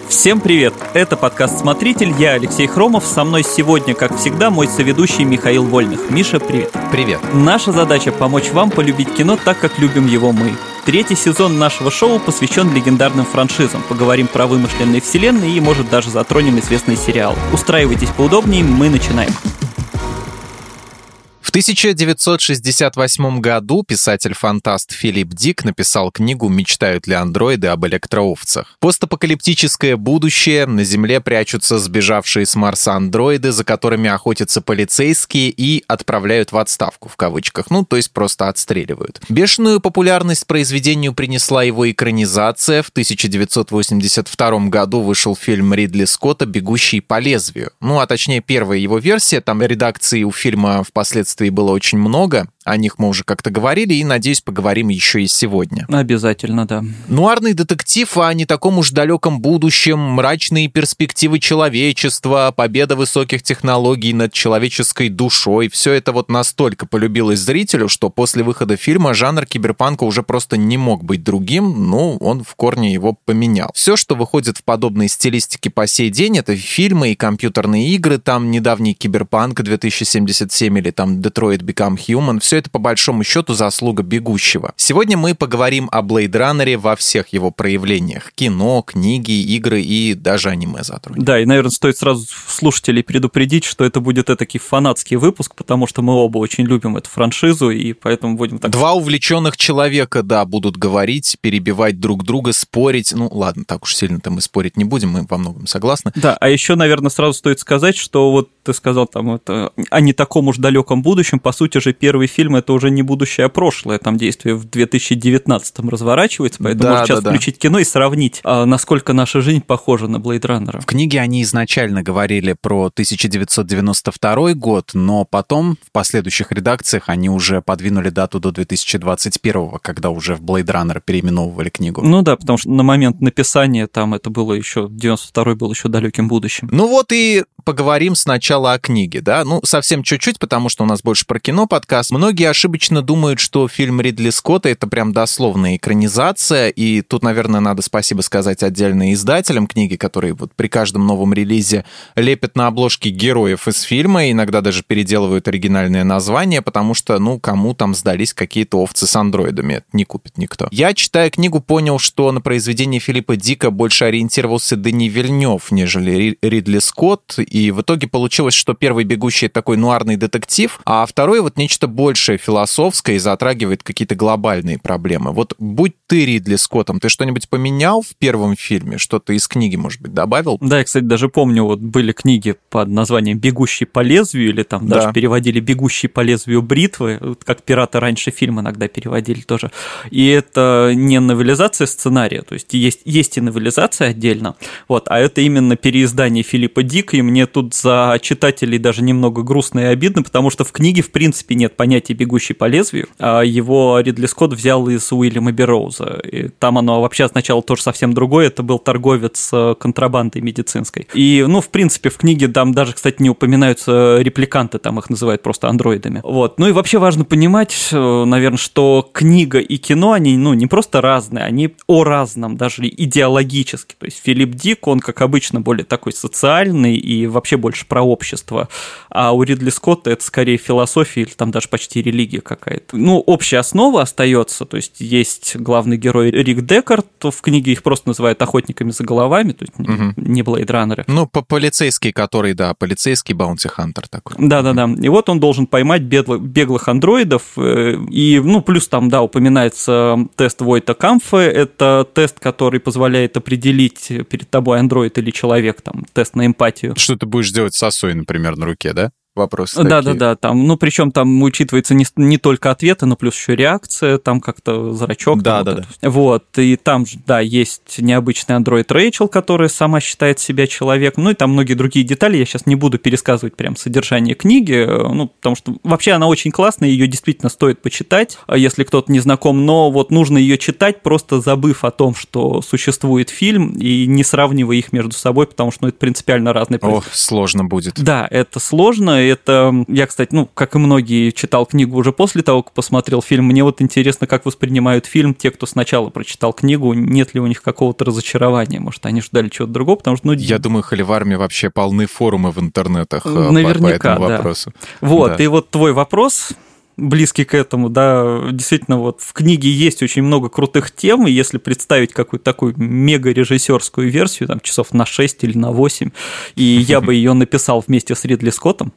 Всем привет! Это подкаст «Смотритель», я Алексей Хромов, со мной сегодня, как всегда, мой соведущий Михаил Вольных. Миша, привет! Привет! Наша задача — помочь вам полюбить кино так, как любим его мы. Третий сезон нашего шоу посвящен легендарным франшизам. Поговорим про вымышленные вселенные и, может, даже затронем известные сериалы. Устраивайтесь поудобнее, мы начинаем. В 1968 году писатель-фантаст Филипп Дик написал книгу «Мечтают ли андроиды об электроовцах?». Постапокалиптическое будущее, на Земле прячутся сбежавшие с Марса андроиды, за которыми охотятся полицейские и отправляют в отставку, в кавычках, то есть просто отстреливают. Бешеную популярность произведению принесла его экранизация. В 1982 году вышел фильм Ридли Скотта «Бегущий по лезвию». А точнее, первая его версия, там редакции у фильма впоследствии было очень много, о них мы уже как-то говорили, и, надеюсь, поговорим еще и сегодня. Обязательно, да. Нуарный детектив о не таком уж далеком будущем, мрачные перспективы человечества, победа высоких технологий над человеческой душой. Все это настолько полюбилось зрителю, что после выхода фильма жанр киберпанка уже просто не мог быть другим, он в корне его поменял. Все, что выходит в подобной стилистике по сей день, это фильмы и компьютерные игры, там недавний Киберпанк 2077 или там Detroit Become Human, все это по большому счету заслуга «Бегущего». Сегодня мы поговорим о Blade Runner во всех его проявлениях. Кино, книги, игры и даже аниме затронем. Да, и, наверное, стоит сразу слушателей предупредить, что это будет этакий фанатский выпуск, потому что мы оба очень любим эту франшизу, и поэтому будем так... Два увлеченных человека, будут говорить, перебивать друг друга, спорить. Ладно, так уж сильно-то мы спорить не будем, мы во многом согласны. Да, а еще, наверное, сразу стоит сказать, что ты сказал там это о не таком уж далеком будущем. По сути же, первый фильм — это уже не будущее, а прошлое. Там действие в 2019-м разворачивается, поэтому можно сейчас включить кино и сравнить, насколько наша жизнь похожа на Blade Runner. В книге они изначально говорили про 1992 год, но потом в последующих редакциях они уже подвинули дату до 2021, когда уже в Blade Runner переименовывали книгу. Да, потому что на момент написания там это было еще, 92-й был еще далеким будущим. И поговорим сначала о книге, совсем чуть-чуть, потому что у нас больше про кино подкаст. Многие ошибочно думают, что фильм Ридли Скотта — это прям дословная экранизация, и тут, наверное, надо спасибо сказать отдельно издателям книги, которые при каждом новом релизе лепят на обложке героев из фильма, иногда даже переделывают оригинальное название, потому что, кому там сдались какие-то овцы с андроидами, это не купит никто. Я, читая книгу, понял, что на произведение Филиппа Дика больше ориентировался Дени Вильнёв, нежели Ридли Скотт, и в итоге получилось, что первый «Бегущий» — это такой нуарный детектив, а второй нечто большее, философское, и затрагивает какие-то глобальные проблемы. Будь ты Ридли Скоттом, ты что-нибудь поменял в первом фильме? Что-то из книги, может быть, добавил? Да, я, кстати, даже помню, были книги под названием «Бегущий по лезвию», или там даже переводили «Бегущий по лезвию бритвы», как пираты раньше фильм иногда переводили тоже. И это не новелизация сценария, то есть есть и новелизация отдельно, а это именно переиздание Филиппа Дика, и мне тут за читателей даже немного грустно и обидно, потому что в книге, в принципе, нет понятия «бегущий по лезвию», а его Ридли Скотт взял из Уильяма Берроуза, и там оно вообще означало тоже совсем другое, это был торговец контрабандой медицинской. И, в принципе, в книге там даже, кстати, не упоминаются репликанты, там их называют просто андроидами. И вообще важно понимать, наверное, что книга и кино, они, не просто разные, они о разном, даже идеологически. То есть Филипп Дик, он, как обычно, более такой социальный и вообще больше про общество, а у Ридли Скотта это скорее философия или там даже почти религия какая-то. Общая основа остается, то есть главный герой Рик Декард, в книге их просто называют охотниками за головами, то есть не Блейдранеры. Полицейский, который, полицейский баунти-хантер такой. Да-да-да, и он должен поймать беглых андроидов, и, плюс там, упоминается тест Войта Кампфе, это тест, который позволяет определить перед тобой андроид или человек, там, тест на эмпатию. Что ты будешь делать с осой, например, на руке, да? Вопросы да, там, причем там учитывается не только ответы, но плюс еще реакция, там как-то зрачок. Да. И там же, есть необычный андроид Рэйчел, которая сама считает себя человеком, и там многие другие детали, я сейчас не буду пересказывать прям содержание книги, потому что вообще она очень классная, ее действительно стоит почитать, если кто-то не знаком, но нужно ее читать, просто забыв о том, что существует фильм, и не сравнивая их между собой, потому что это принципиально разные. Сложно будет. Да, это сложно, это... Я, кстати, как и многие, читал книгу уже после того, как посмотрел фильм. Мне вот интересно, как воспринимают фильм те, кто сначала прочитал книгу, нет ли у них какого-то разочарования, может, они ждали чего-то другого, потому что... Я думаю, Холиварме вообще полны форумы в интернетах наверняка, по этому вопросу. Вот, да. И вот твой вопрос... близкий к этому, да, действительно, вот в книге есть очень много крутых тем, и если представить какую-то такую мега-режиссерскую версию, там, часов на 6 или на 8, и я бы ее написал вместе с Ридли Скоттом,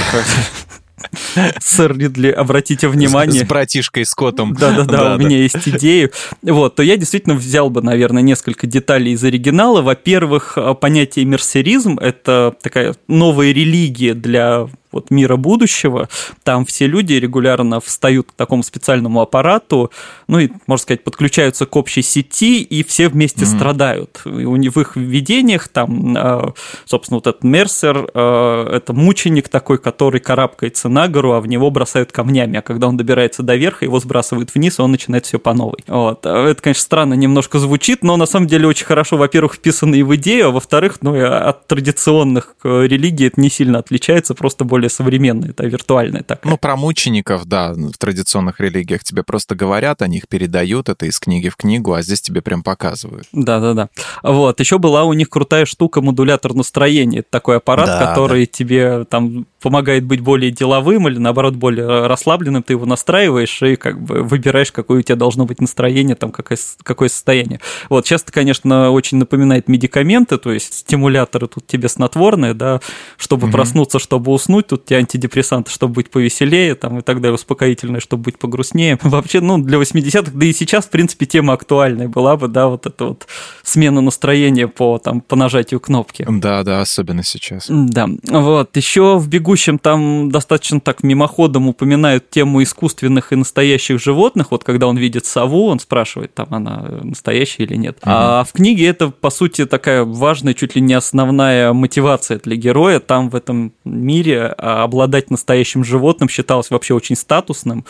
сэр Ридли, обратите внимание. С братишкой Скоттом. Да, у меня есть идеи. Вот, то я действительно взял бы, наверное, несколько деталей из оригинала. Во-первых, понятие мерсеризм – это такая новая религия для вот мира будущего. Там все люди регулярно встают к такому специальному аппарату, и, можно сказать, подключаются к общей сети, и все вместе страдают. И в их видениях там, собственно, вот этот Мерсер, это мученик такой, который карабкается на гору, а в него бросают камнями, а когда он добирается до верха, его сбрасывают вниз, и он начинает все по новой. Вот. Это, конечно, странно немножко звучит, но на самом деле очень хорошо, во-первых, вписано и в идею, а во-вторых, от традиционных религий это не сильно отличается, просто более современная, это виртуальная такая. Про мучеников, да, в традиционных религиях тебе просто говорят, о них передают, это из книги в книгу, а здесь тебе прям показывают. Да. Вот, еще была у них крутая штука модулятор настроения. Это такой аппарат, который тебе там помогает быть более деловым или, наоборот, более расслабленным, ты его настраиваешь и как бы выбираешь, какое у тебя должно быть настроение, там, какое состояние. Вот, часто, конечно, очень напоминает медикаменты, то есть стимуляторы тут тебе снотворные, да, чтобы проснуться, чтобы уснуть, тут тебе антидепрессанты, чтобы быть повеселее, там, и так далее, успокоительные, чтобы быть погрустнее. Вообще, для 80-х, да и сейчас, в принципе, тема актуальная была бы, да, вот эта вот смена настроения по нажатию кнопки. Да, особенно сейчас. Да, вот, еще в «Бегущем» там достаточно так мимоходом упоминают тему искусственных и настоящих животных, вот когда он видит сову, он спрашивает, там она настоящая или нет. А в книге это, по сути, такая важная, чуть ли не основная мотивация для героя, там в этом мире обладать настоящим животным считалось вообще очень статусным,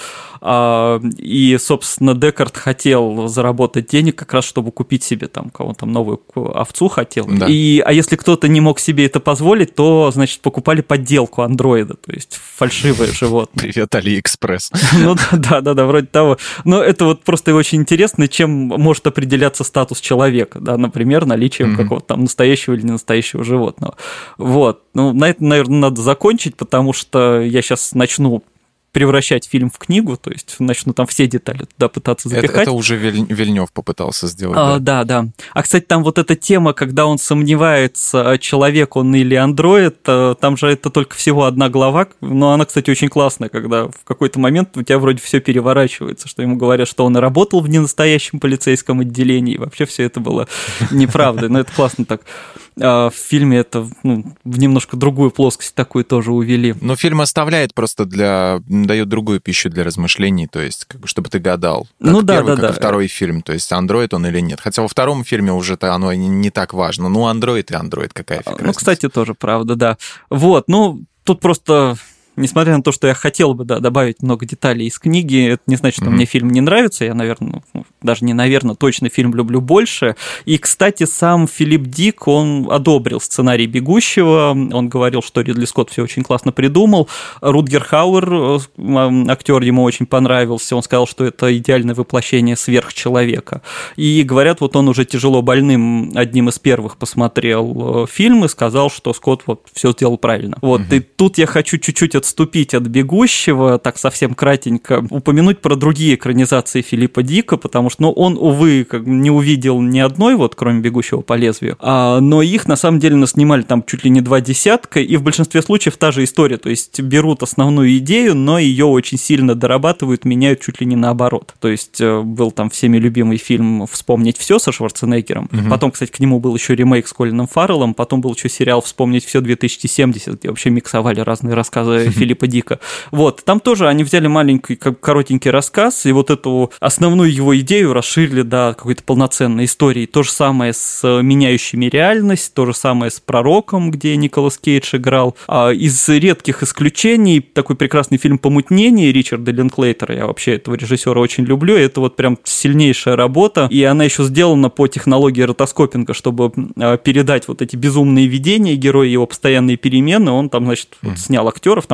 и, собственно, Декард хотел заработать денег как раз, чтобы купить себе там кого-то новую овцу хотел, да. А если кто-то не мог себе это позволить, то, значит, покупали подделку андроида, то есть фальшивое животное. Привет, Алиэкспресс. Да, вроде того. Но это вот просто очень интересно, чем может определяться статус человека, да, например, наличием какого-то там настоящего или ненастоящего животного. Вот, на это, наверное, надо закончить, потому что я сейчас начну превращать фильм в книгу, то есть начну там все детали туда пытаться запихать. Это уже Вильнёв попытался сделать. Да. А, кстати, там вот эта тема, когда он сомневается, человек он или андроид, там же это только всего одна глава, но она, кстати, очень классная, когда в какой-то момент у тебя вроде все переворачивается, что ему говорят, что он и работал в ненастоящем полицейском отделении, и вообще все это было неправдой, но это классно так. В фильме это в немножко другую плоскость такую тоже увели. Но фильм оставляет просто дает другую пищу для размышлений, то есть, чтобы ты гадал. Как первый, как и второй фильм, то есть, андроид он или нет. Хотя во втором фильме уже-то оно не так важно. Андроид и андроид, какая фиг разница. Кстати, тоже правда, да. Вот, тут просто... Несмотря на то, что я хотел бы, добавить много деталей из книги, это не значит, что мне фильм не нравится. Я, наверное, даже не наверное, точно фильм люблю больше. И, кстати, сам Филипп Дик, он одобрил сценарий «Бегущего». Он говорил, что Ридли Скотт все очень классно придумал. Рутгер Хауэр, актер, ему очень понравился. Он сказал, что это идеальное воплощение сверхчеловека. И говорят, вот он уже тяжело больным одним из первых посмотрел фильм и сказал, что Скотт вот все сделал правильно. Вот, и тут я хочу чуть-чуть отступить от «Бегущего», так совсем кратенько, упомянуть про другие экранизации Филиппа Дика, потому что он, увы, не увидел ни одной, вот, кроме «Бегущего по лезвию», но их, на самом деле, наснимали там чуть ли не 2 десятка, и в большинстве случаев та же история, то есть берут основную идею, но ее очень сильно дорабатывают, меняют чуть ли не наоборот. То есть был там всеми любимый фильм «Вспомнить все» со Шварценеггером, потом, кстати, к нему был еще ремейк с Колином Фарреллом, потом был еще сериал «Вспомнить все 2070», где вообще миксовали разные рассказы Филиппа Дика. Вот, там тоже они взяли маленький, коротенький рассказ, и вот эту основную его идею расширили до какой-то полноценной истории. То же самое с «Меняющими реальность», то же самое с «Пророком», где Николас Кейдж играл. Из редких исключений такой прекрасный фильм «Помутнение» Ричарда Линклейтера, я вообще этого режиссера очень люблю, это вот прям сильнейшая работа, и она еще сделана по технологии ротоскопинга, чтобы передать вот эти безумные видения героя, его постоянные перемены. Он там, значит, снял актеров, там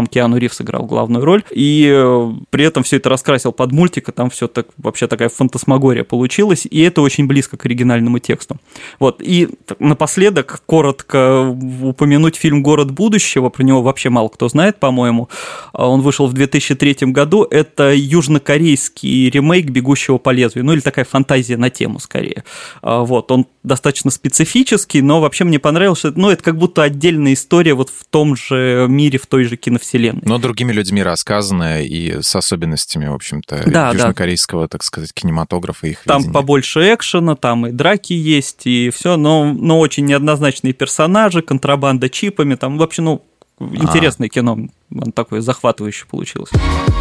Киану Ривз играл главную роль, и при этом все это раскрасил под мультик, и там все так, вообще такая фантасмагория получилась, и это очень близко к оригинальному тексту. Вот, и напоследок коротко упомянуть фильм «Город будущего», про него вообще мало кто знает, по-моему. Он вышел в 2003 году, это южнокорейский ремейк «Бегущего по лезвию», ну или такая фантазия на тему скорее. Вот, он достаточно специфический, но вообще мне понравился, ну это как будто отдельная история вот в том же мире, в той же киновселенной. Но другими людьми рассказанная и с особенностями, в общем-то, южнокорейского, так сказать, кинематографа и их там видения. Побольше экшена, там и драки есть, и все, но очень неоднозначные персонажи, контрабанда чипами, там вообще, ну, интересное кино, такое захватывающее получилось.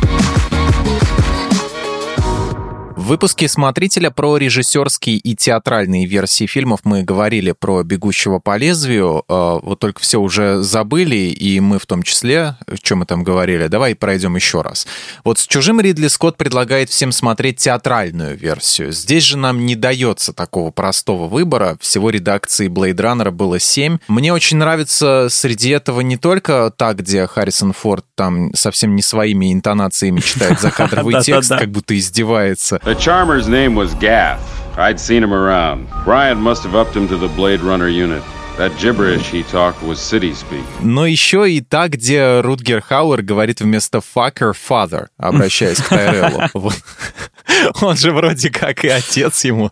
В выпуске «Смотрителя» про режиссерские и театральные версии фильмов мы говорили про «Бегущего по лезвию». Вот только все уже забыли, и мы в том числе, о чем мы там говорили. Давай пройдем еще раз. Вот с «Чужим» Ридли Скотт предлагает всем смотреть театральную версию. Здесь же нам не дается такого простого выбора. Всего редакций «Блейд Раннера» было 7. Мне очень нравится среди этого не только та, где Харрисон Форд там совсем не своими интонациями читает закадровый текст, как будто издевается. The charmer's name was Gaff. I'd seen him around. Bryant must have upped him to the Blade Runner unit. That gibberish he talked was city speak. Но еще и та, где Рутгер Хауэр говорит вместо fucker father, обращаясь к Тайреллу. Он же вроде как и отец ему.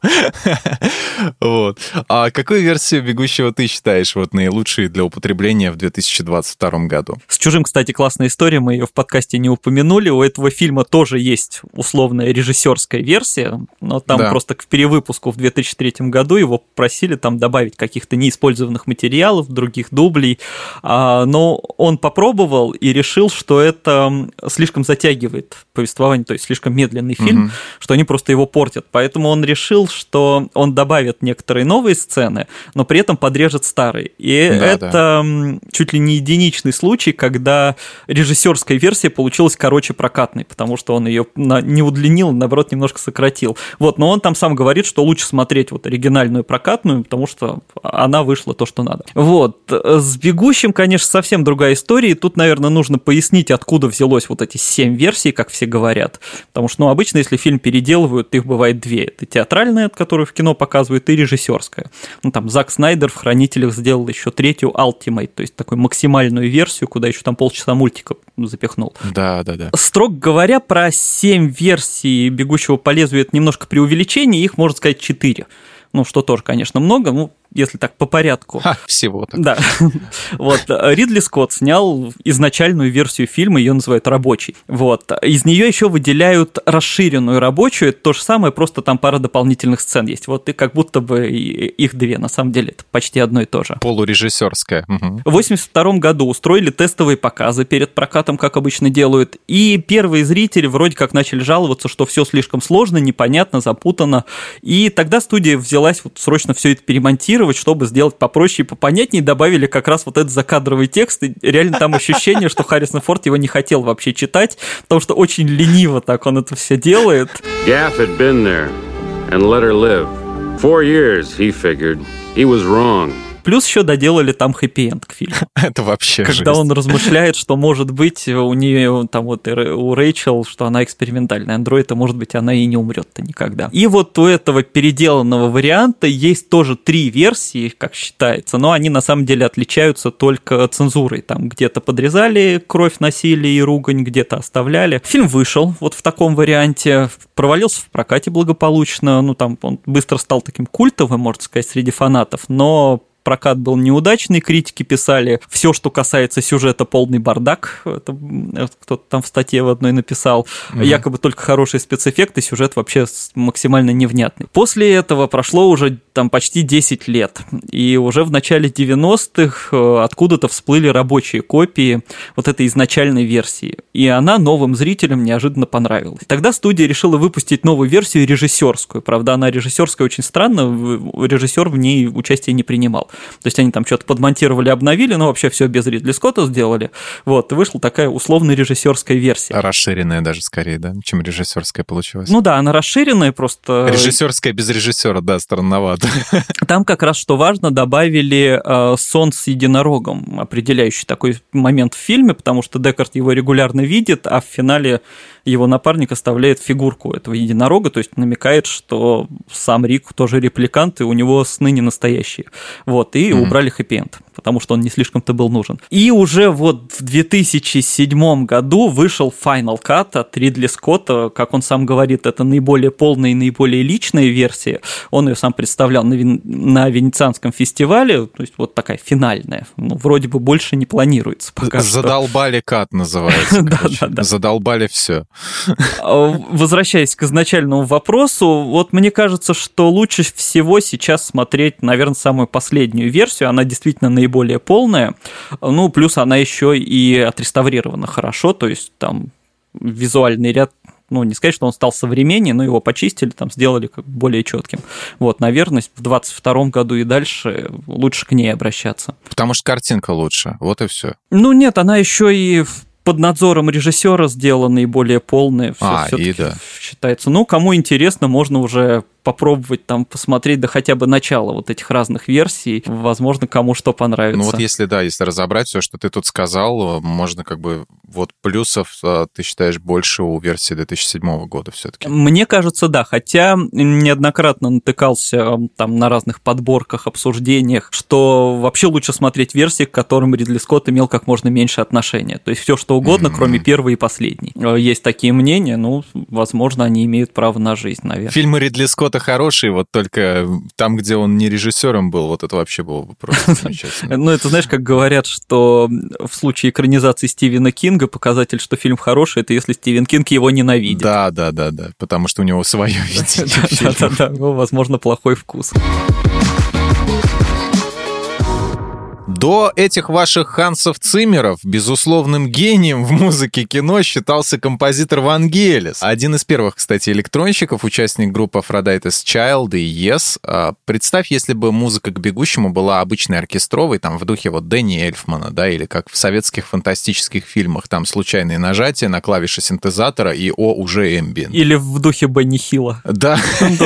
Вот. А какую версию «Бегущего» ты считаешь вот наилучшей для употребления в 2022 году? С «Чужим», кстати, классная история, мы ее в подкасте не упомянули. У этого фильма тоже есть условная режиссерская версия, но там просто к перевыпуску в 2003 году его просили там добавить каких-то неиспользованных материалов, других дублей, но он попробовал и решил, что это слишком затягивает повествование, то есть слишком медленный фильм, что они просто его портят. Поэтому он решил, что он добавит некоторые новые сцены, но при этом подрежет старые. И это чуть ли не единичный случай, когда режиссерская версия получилась короче прокатной, потому что он ее не удлинил, наоборот, немножко сократил. Вот, но он там сам говорит, что лучше смотреть вот оригинальную прокатную, потому что она вышла то, что надо. Вот. С «Бегущим», конечно, совсем другая история, и тут, наверное, нужно пояснить, откуда взялось вот эти 7 версий, как все говорят. Потому что, ну, обычно, если фильм переделывают, их бывает 2. Это театральная, которую в кино показывают, и режиссерская. Ну, там, Зак Снайдер в «Хранителях» сделал еще 3-ю Ultimate, то есть такую максимальную версию, куда еще там полчаса мультика запихнул. Да. Строго говоря, про 7 версий «Бегущего по лезвию» это немножко преувеличение, их, можно сказать, 4. Ну, что тоже, конечно, много, ну, если так по порядку. Всего-то. Да. Вот. Ридли Скотт снял изначальную версию фильма, ее называют рабочей. Вот. Из нее еще выделяют расширенную рабочую, это то же самое, просто там пара дополнительных сцен есть. Вот и как будто бы их 2, на самом деле это почти одно и то же. Полурежиссерская. В 1982 году устроили тестовые показы перед прокатом, как обычно делают, и первые зрители вроде как начали жаловаться, что все слишком сложно, непонятно, запутано, и тогда студия взялась вот срочно все это перемонтировать, чтобы сделать попроще и попонятнее, добавили как раз вот этот закадровый текст, и реально там ощущение, что Харрисон Форд его не хотел вообще читать, потому что очень лениво так он это все делает. Gaff had been there and let her live. 4 years, he figured. He was wrong. Плюс еще доделали там хэппи-энд к фильму. Это вообще когда жесть. Он размышляет, что, может быть, у нее там вот у Рэйчел, что она экспериментальный андроид, и, может быть, она и не умрет-то никогда. И вот у этого переделанного варианта есть тоже 3 версии, как считается, но они на самом деле отличаются только цензурой. Там где-то подрезали кровь, насилие и ругань, где-то оставляли. Фильм вышел вот в таком варианте, провалился в прокате благополучно, ну там он быстро стал таким культовым, можно сказать, среди фанатов, но прокат был неудачный, критики писали, все, что касается сюжета, полный бардак, это кто-то там в статье в одной написал, якобы только хорошие спецэффекты, сюжет вообще максимально невнятный. После этого прошло уже там почти 10 лет, и уже в начале 90-х откуда-то всплыли рабочие копии вот этой изначальной версии, и она новым зрителям неожиданно понравилась. Тогда студия решила выпустить новую версию режиссерскую, правда, она режиссерская очень странно, режиссер в ней участие не принимал. То есть они там что-то подмонтировали, обновили, но вообще все без Ридли Скотта сделали. Вот, и вышла такая условно-режиссерская версия. Расширенная даже скорее, да, чем режиссерская получилась. Ну да, она расширенная просто. Режиссерская без режиссера, да, странновато. Там как раз, что важно, добавили сон с единорогом, определяющий такой момент в фильме, потому что Декард его регулярно видит, а в финале его напарник оставляет фигурку этого единорога, то есть намекает, что сам Рик тоже репликант, и у него сны не настоящие. Вот, и убрали хэппи-энд, потому что он не слишком-то был нужен. И уже вот в 2007 году вышел Final Cut от Ридли Скотта, как он сам говорит, это наиболее полная и наиболее личная версия. Он ее сам представлял на Венецианском фестивале, то есть вот такая финальная. Ну, вроде бы больше не планируется пока что. Задолбали кат называется. Да. Задолбали все. Возвращаясь к изначальному вопросу, вот мне кажется, что лучше всего сейчас смотреть, наверное, самую последнюю версию. Она действительно наиболее полная. Ну, плюс она еще и отреставрирована хорошо, то есть там визуальный ряд, ну, не сказать, что он стал современнее, но его почистили, там сделали как более четким. Вот, наверное, в 2022 году и дальше лучше к ней обращаться. Потому что картинка лучше, вот и все. Ну, нет, она еще и под надзором режиссера сделана и более полная. Все-таки считается. Ну, кому интересно, можно уже попробовать там посмотреть, да хотя бы начало вот этих разных версий, возможно, кому что понравится. Ну вот если разобрать все, что ты тут сказал, можно как бы вот плюсов, ты считаешь, больше у версии 2007 года все-таки? Мне кажется, да, хотя неоднократно натыкался там на разных подборках, обсуждениях, что вообще лучше смотреть версии, к которым Ридли Скотт имел как можно меньше отношения. То есть все что угодно, кроме первой и последней. Есть такие мнения, ну, возможно, они имеют право на жизнь, наверное. Фильмы Ридли Скотта хороший, вот только там, где он не режиссером был, вот это вообще было бы просто замечательно. Ну, это знаешь, как говорят, что в случае экранизации Стивена Кинга показатель, что фильм хороший, это если Стивен Кинг его ненавидит. Да, потому что у него свое видение. Да, возможно, плохой вкус. До этих ваших Хансов Циммеров безусловным гением в музыке кино считался композитор Вангелис. Один из первых, кстати, электронщиков, участник группы Aphrodite's Child и Yes. Представь, если бы музыка к «Бегущему» была обычной оркестровой, там в духе вот Дэнни Эльфмана, да, или как в советских фантастических фильмах, там случайные нажатия на клавиши синтезатора и уже эмбиент. Или в духе Бенни Хилла. Да.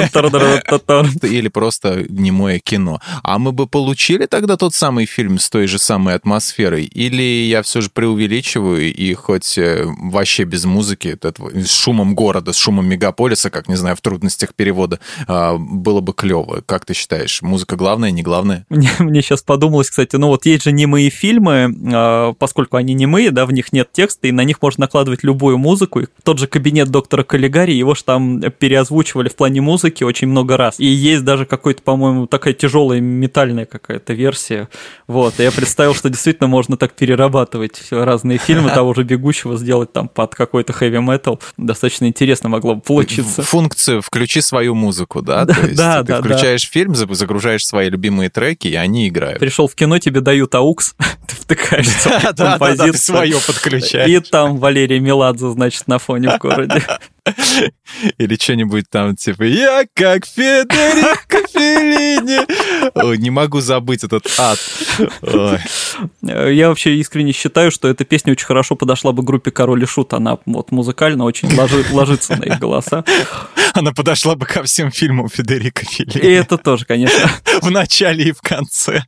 Или просто немое кино. А мы бы получили тогда тот самый фильм с той же самой атмосферой? Или я все же преувеличиваю, и хоть вообще без музыки, с шумом города, с шумом мегаполиса, как, не знаю, в трудностях перевода, было бы клево. Как ты считаешь, музыка главная, не главная? Мне сейчас подумалось, кстати, ну вот есть же немые фильмы, поскольку они немые, да, в них нет текста, и на них можно накладывать любую музыку. И тот же «Кабинет доктора Каллигари», его же там переозвучивали в плане музыки очень много раз. И есть даже какой-то, по-моему, такая тяжелая метальная какая-то версия. Вот, и я представил, что действительно можно так перерабатывать разные фильмы, того же «Бегущего» сделать там под какой-то хэви-метал. Достаточно интересно могло бы получиться. Функцию «включи свою музыку», да? То есть ты включаешь фильм, загружаешь свои любимые треки, и они играют. Пришел в кино, тебе дают AUX, ты втыкаешься в композицию. Да, свое подключаешь. И там Валерий Меладзе, значит, на фоне в городе. Или что-нибудь там, типа «Я как Федерико Феллини». Ой, не могу забыть этот ад. Ой. Я вообще искренне считаю, что эта песня очень хорошо подошла бы группе «Король и Шут». Она вот музыкально очень ложится на их голоса. Она подошла бы ко всем фильмам Федерико Феллини. И это тоже, конечно. В начале и в конце.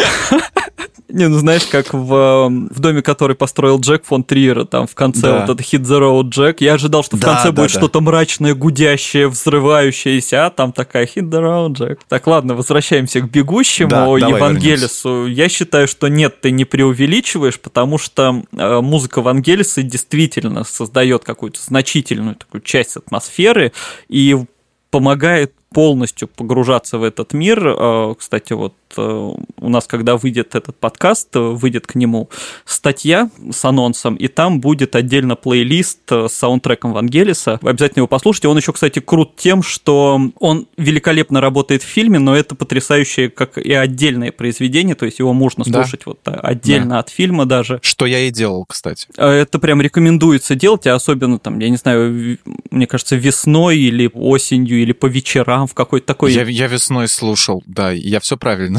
Не, ну знаешь, как в доме, который построил Джек фон Триера, там в конце вот это «Hit the Road, Jack», я ожидал, что в конце будет что-то мрачное, гудящее, взрывающееся, а там такая «Hit the Road, Jack». Так, ладно, возвращаемся к «Бегущему», Евангелису. Я считаю, что нет, ты не преувеличиваешь, потому что музыка Вангелиса действительно создает какую-то значительную такую часть атмосферы и помогает полностью погружаться в этот мир. Кстати, вот у нас, когда выйдет этот подкаст, выйдет к нему статья с анонсом, и там будет отдельно плейлист с саундтреком Вангелиса. Вы обязательно его послушайте. Он еще, кстати, крут тем, что он великолепно работает в фильме, но это потрясающее, как и отдельное произведение, то есть его можно слушать вот отдельно от фильма даже. Что я и делал, кстати. Это прям рекомендуется делать, а особенно там, я не знаю, мне кажется, весной или осенью, или по вечерам в какой-то такой... Я весной слушал, да, я все правильно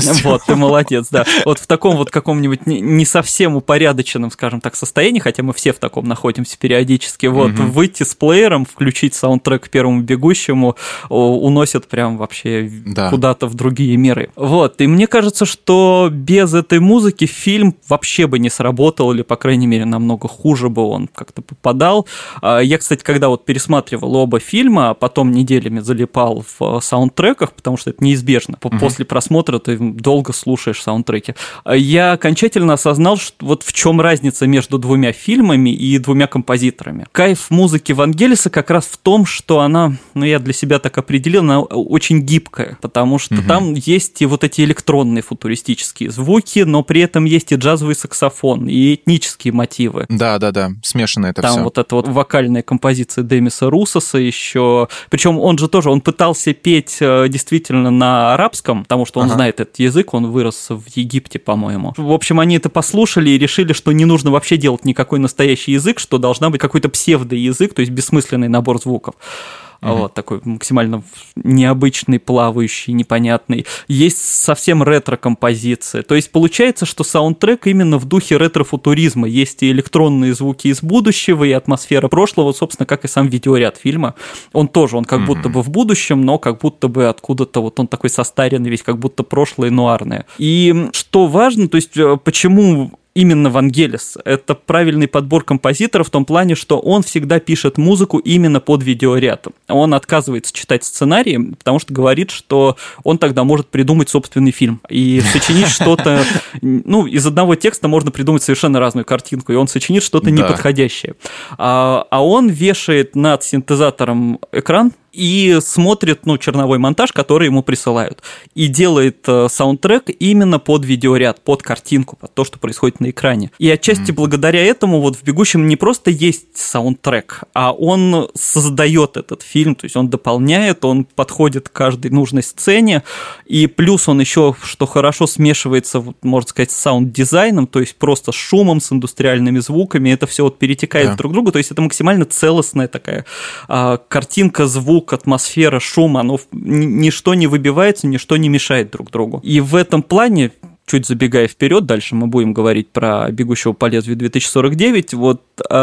полностью. Вот, ты молодец, да. Вот в таком вот каком-нибудь не совсем упорядоченном, скажем так, состоянии, хотя мы все в таком находимся периодически, вот, выйти с плеером, включить саундтрек к «Первому бегущему» уносит прям вообще куда-то в другие миры. Вот, и мне кажется, что без этой музыки фильм вообще бы не сработал, или, по крайней мере, намного хуже бы он как-то попадал. Я, кстати, когда вот пересматривал оба фильма, а потом неделями залипал в саундтреках, потому что это неизбежно. После просмотра ты долго слушаешь саундтреки. Я окончательно осознал, что вот в чем разница между двумя фильмами и двумя композиторами. Кайф музыки Вангелиса как раз в том, что она, я для себя так определил, она очень гибкая, потому что там есть и вот эти электронные футуристические звуки, но при этом есть и джазовый саксофон, и этнические мотивы. Да, смешано это там все. Там вот эта вот вокальная композиция Демиса Руссоса еще, причем он же тоже, он пытался петь действительно на арабском, потому что он знает этот язык, он вырос в Египте, по-моему. В общем, они это послушали и решили, что не нужно вообще делать никакой настоящий язык, что должна быть какой-то псевдоязык, то есть бессмысленный набор звуков. Вот такой максимально необычный, плавающий, непонятный. Есть совсем ретро-композиция. То есть получается, что саундтрек именно в духе ретро-футуризма. Есть и электронные звуки из будущего, и атмосфера прошлого, собственно, как и сам видеоряд фильма. Он как будто бы в будущем, но как будто бы откуда-то вот он такой состаренный весь, как будто прошлое нуарное. И что важно, то есть почему именно Вангелис? Это правильный подбор композитора в том плане, что он всегда пишет музыку именно под видеоряд. Он отказывается читать сценарии, потому что говорит, что он тогда может придумать собственный фильм и сочинить что-то... из одного текста можно придумать совершенно разную картинку, и он сочинит что-то неподходящее. А он вешает над синтезатором экран и смотрит, черновой монтаж, который ему присылают, и делает саундтрек именно под видеоряд, под картинку, под то, что происходит на экране. И отчасти благодаря этому вот в «Бегущем» не просто есть саундтрек, а он создает этот фильм, то есть он дополняет, он подходит к каждой нужной сцене, и плюс он еще, что хорошо смешивается, можно сказать, с саунд-дизайном, то есть просто с шумом, с индустриальными звуками, это все вот перетекает друг к другу, то есть это максимально целостная такая картинка, звук, атмосфера, шум, оно ничто не выбивается, ничто не мешает друг другу. И в этом плане, чуть забегая вперед, дальше мы будем говорить про «Бегущего по лезвию 2049», вот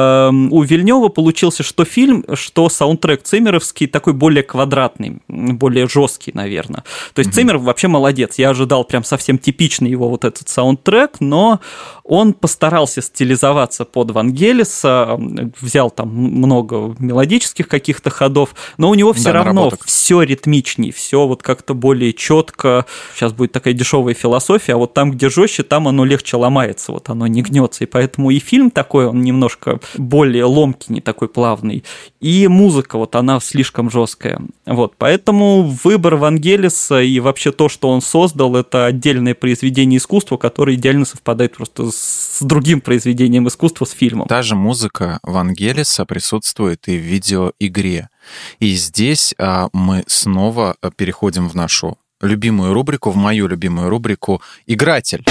у Вильнёва получился что фильм, что саундтрек циммеровский такой более квадратный, более жесткий, наверное. То есть Циммер вообще молодец, я ожидал прям совсем типичный его вот этот саундтрек, но он постарался стилизоваться под Вангелиса, взял там много мелодических каких-то ходов, но у него все равно все ритмичнее, все вот как-то более четко. Сейчас будет такая дешевая философия, а вот там, где жестче, там оно легче ломается, вот оно не гнется, и поэтому и фильм такой, он немножко более ломкий, не такой плавный, и музыка, вот она слишком жесткая. Вот, поэтому выбор Вангелиса и вообще то, что он создал, это отдельное произведение искусства, которое идеально совпадает просто с другим произведением искусства, с фильмом. Та же музыка Вангелиса присутствует и в видеоигре. И здесь мы снова переходим в нашу любимую рубрику, в мою любимую рубрику «Игратель».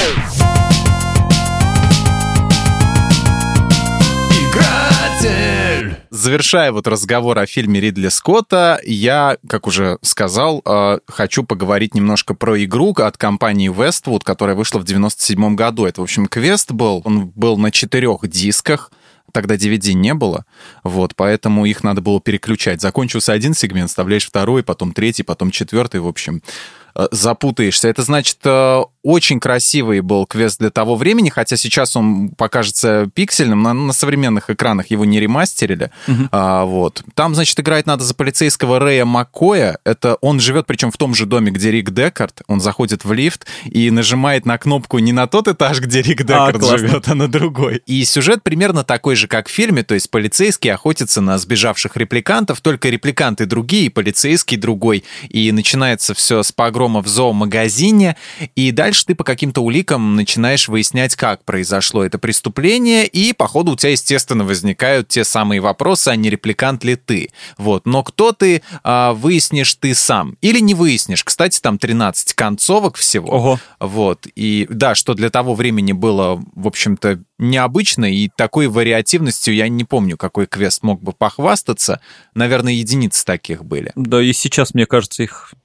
Завершая вот разговор о фильме Ридли Скотта, я, как уже сказал, хочу поговорить немножко про игру от компании Westwood, которая вышла в 1997 году. Это, в общем, квест был, он был на 4 дисках, тогда DVD не было, вот, поэтому их надо было переключать. Закончился один сегмент, вставляешь второй, потом третий, потом четвертый, в общем, запутаешься. Это значит, очень красивый был квест для того времени, хотя сейчас он покажется пиксельным, на современных экранах его не ремастерили. Вот. Там, значит, играть надо за полицейского Рэя Маккоя. Это он живет, причем в том же доме, где Рик Декард. Он заходит в лифт и нажимает на кнопку не на тот этаж, где Рик Декард живет, а на другой. И сюжет примерно такой же, как в фильме, то есть полицейский охотится на сбежавших репликантов, только репликанты другие, полицейский другой. И начинается все с погрома в зоомагазине, и дальше ты по каким-то уликам начинаешь выяснять, как произошло это преступление, и по ходу у тебя, естественно, возникают те самые вопросы, а не репликант ли ты. Вот. Но кто ты, выяснишь ты сам. Или не выяснишь. Кстати, там 13 концовок всего. Ого. Вот. И да, что для того времени было, в общем-то, необычно, и такой вариативностью я не помню, какой квест мог бы похвастаться. Наверное, единицы таких были. Да, и сейчас, мне кажется, их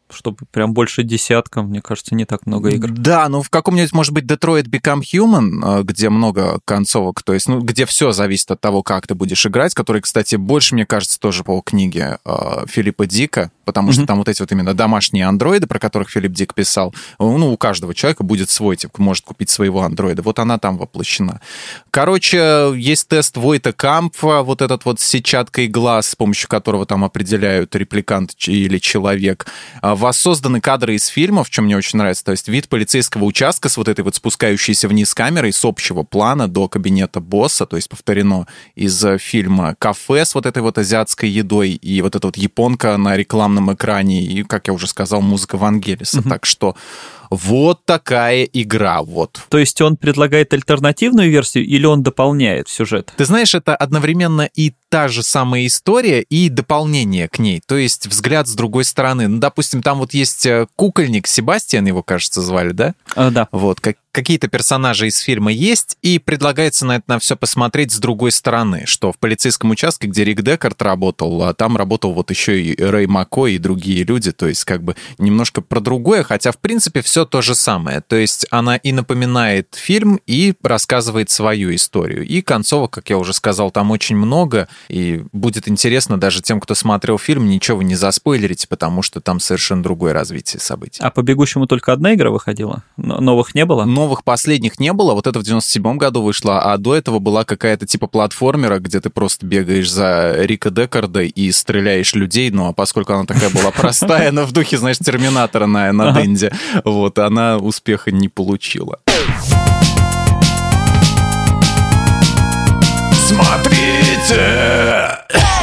чтобы прям больше десятка, мне кажется, не так много игр. Да, ну в каком-нибудь, может быть, Detroit Become Human, где много концовок, то есть, ну, где все зависит от того, как ты будешь играть, который, кстати, больше, мне кажется, тоже по книге Филиппа Дика, потому что там вот эти вот именно домашние андроиды, про которых Филипп Дик писал, ну, у каждого человека будет свой тип, может купить своего андроида. Вот она там воплощена. Короче, есть тест Войта Кампфа, вот этот вот с сетчаткой глаз, с помощью которого там определяют, репликант или человек. Воссозданы кадры из фильмов, что мне очень нравится, то есть вид полицейского участка с вот этой вот спускающейся вниз камерой с общего плана до кабинета босса, то есть повторено из фильма «Кафе» с вот этой вот азиатской едой и вот эта вот японка на рекламном экране и, как я уже сказал, музыка Вангелиса. Так что вот такая игра, вот. То есть он предлагает альтернативную версию или он дополняет сюжет? Ты знаешь, это одновременно и та же самая история, и дополнение к ней. То есть взгляд с другой стороны. Ну, допустим, там вот есть кукольник, Себастьян его, кажется, звали, да? Да. Вот, какие-то персонажи из фильма есть, и предлагается на это на все посмотреть с другой стороны, что в полицейском участке, где Рик Декард работал, а там работал вот еще и Рэй Маккой и другие люди, то есть как бы немножко про другое, хотя в принципе все то же самое. То есть она и напоминает фильм, и рассказывает свою историю. И концовок, как я уже сказал, там очень много, и будет интересно даже тем, кто смотрел фильм, ничего вы не заспойлерите, потому что там совершенно другое развитие событий. А по «Бегущему» только одна игра выходила? Новых не было? Новых последних не было, вот это в 97-м году вышло, а до этого была какая-то типа платформера, где ты просто бегаешь за Рика Декарда и стреляешь людей, ну а поскольку она такая была простая, она в духе, знаешь, Терминатора на Денде, вот, она успеха не получила. Смотрите!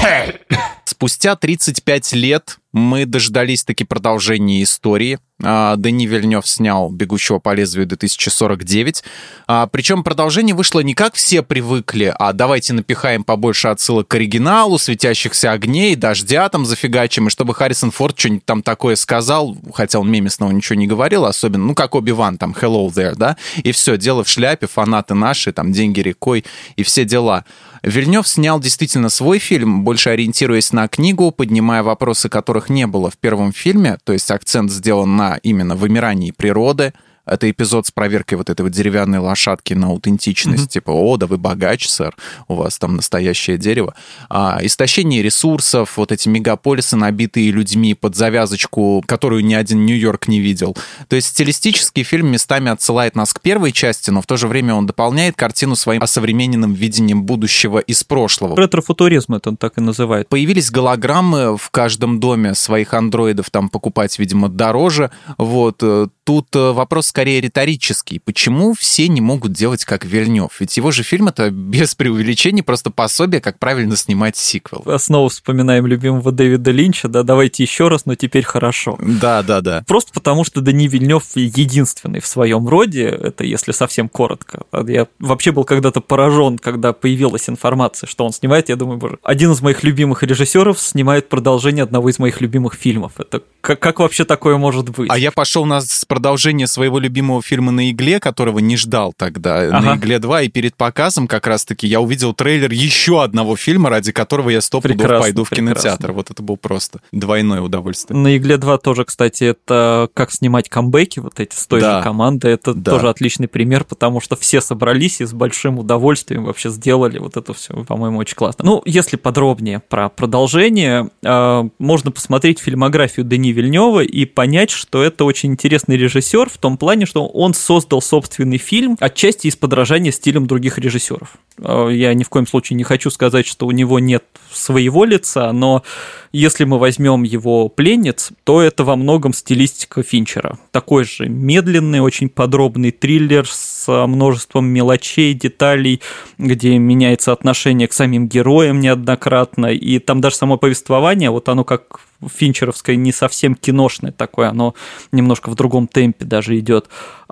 Спустя 35 лет мы дождались таки продолжения истории. Дени Вильнёв снял «Бегущего по лезвию» 2049. Причем продолжение вышло не как все привыкли, а давайте напихаем побольше отсылок к оригиналу, светящихся огней, дождя там зафигачим, и чтобы Харрисон Форд что-нибудь там такое сказал, хотя он мемесного ничего не говорил, особенно, ну, как Оби-Ван, там, hello there, да, и все, дело в шляпе, фанаты наши, там, деньги рекой, и все дела. Вильнёв снял действительно свой фильм, больше ориентируясь на книгу, поднимая вопросы, которых не было в первом фильме, то есть акцент сделан на именно вымирании природы. Это эпизод с проверкой вот этой вот деревянной лошадки на аутентичность. Типа, о, да вы богач, сэр, у вас там настоящее дерево. Истощение ресурсов, вот эти мегаполисы, набитые людьми под завязочку, которую ни один Нью-Йорк не видел. То есть стилистический фильм местами отсылает нас к первой части, но в то же время он дополняет картину своим осовремененным видением будущего из прошлого. Ретрофутуризм это он так и называет. Появились голограммы в каждом доме, своих андроидов там покупать, видимо, дороже. Вот. Тут вопрос скорее риторический. Почему все не могут делать как Вильнёв? Ведь его же фильм — это без преувеличений просто пособие, как правильно снимать сиквел. Снова вспоминаем любимого Дэвида Линча, да, давайте еще раз, но теперь хорошо. Да. Просто потому, что Дени Вильнёв единственный в своем роде, это если совсем коротко. Я вообще был когда-то поражен, когда появилась информация, что он снимает, я думаю, боже, один из моих любимых режиссеров снимает продолжение одного из моих любимых фильмов. Это как вообще такое может быть? А я пошел на продолжение своего любимого фильма «На игле», которого не ждал тогда, «На игле 2», и перед показом как раз-таки я увидел трейлер еще одного фильма, ради которого я 100% пойду в кинотеатр. Вот это было просто двойное удовольствие. «На игле 2» тоже, кстати, это как снимать камбэки, вот эти с той же командой, это тоже отличный пример, потому что все собрались и с большим удовольствием вообще сделали вот это все, по-моему, очень классно. Ну, если подробнее про продолжение, можно посмотреть фильмографию Дени Вильнёва и понять, что это очень интересный режиссер в том плане, что он создал собственный фильм отчасти из подражания стилям других режиссеров. Я ни в коем случае не хочу сказать, что у него нет своего лица, но если мы возьмем его «Пленниц», то это во многом стилистика Финчера. Такой же медленный, очень подробный триллер с множеством мелочей, деталей, где меняется отношение к самим героям неоднократно, и там даже само повествование, вот оно как финчеровское, не совсем киношное такое, оно немножко в другом темпе даже идет.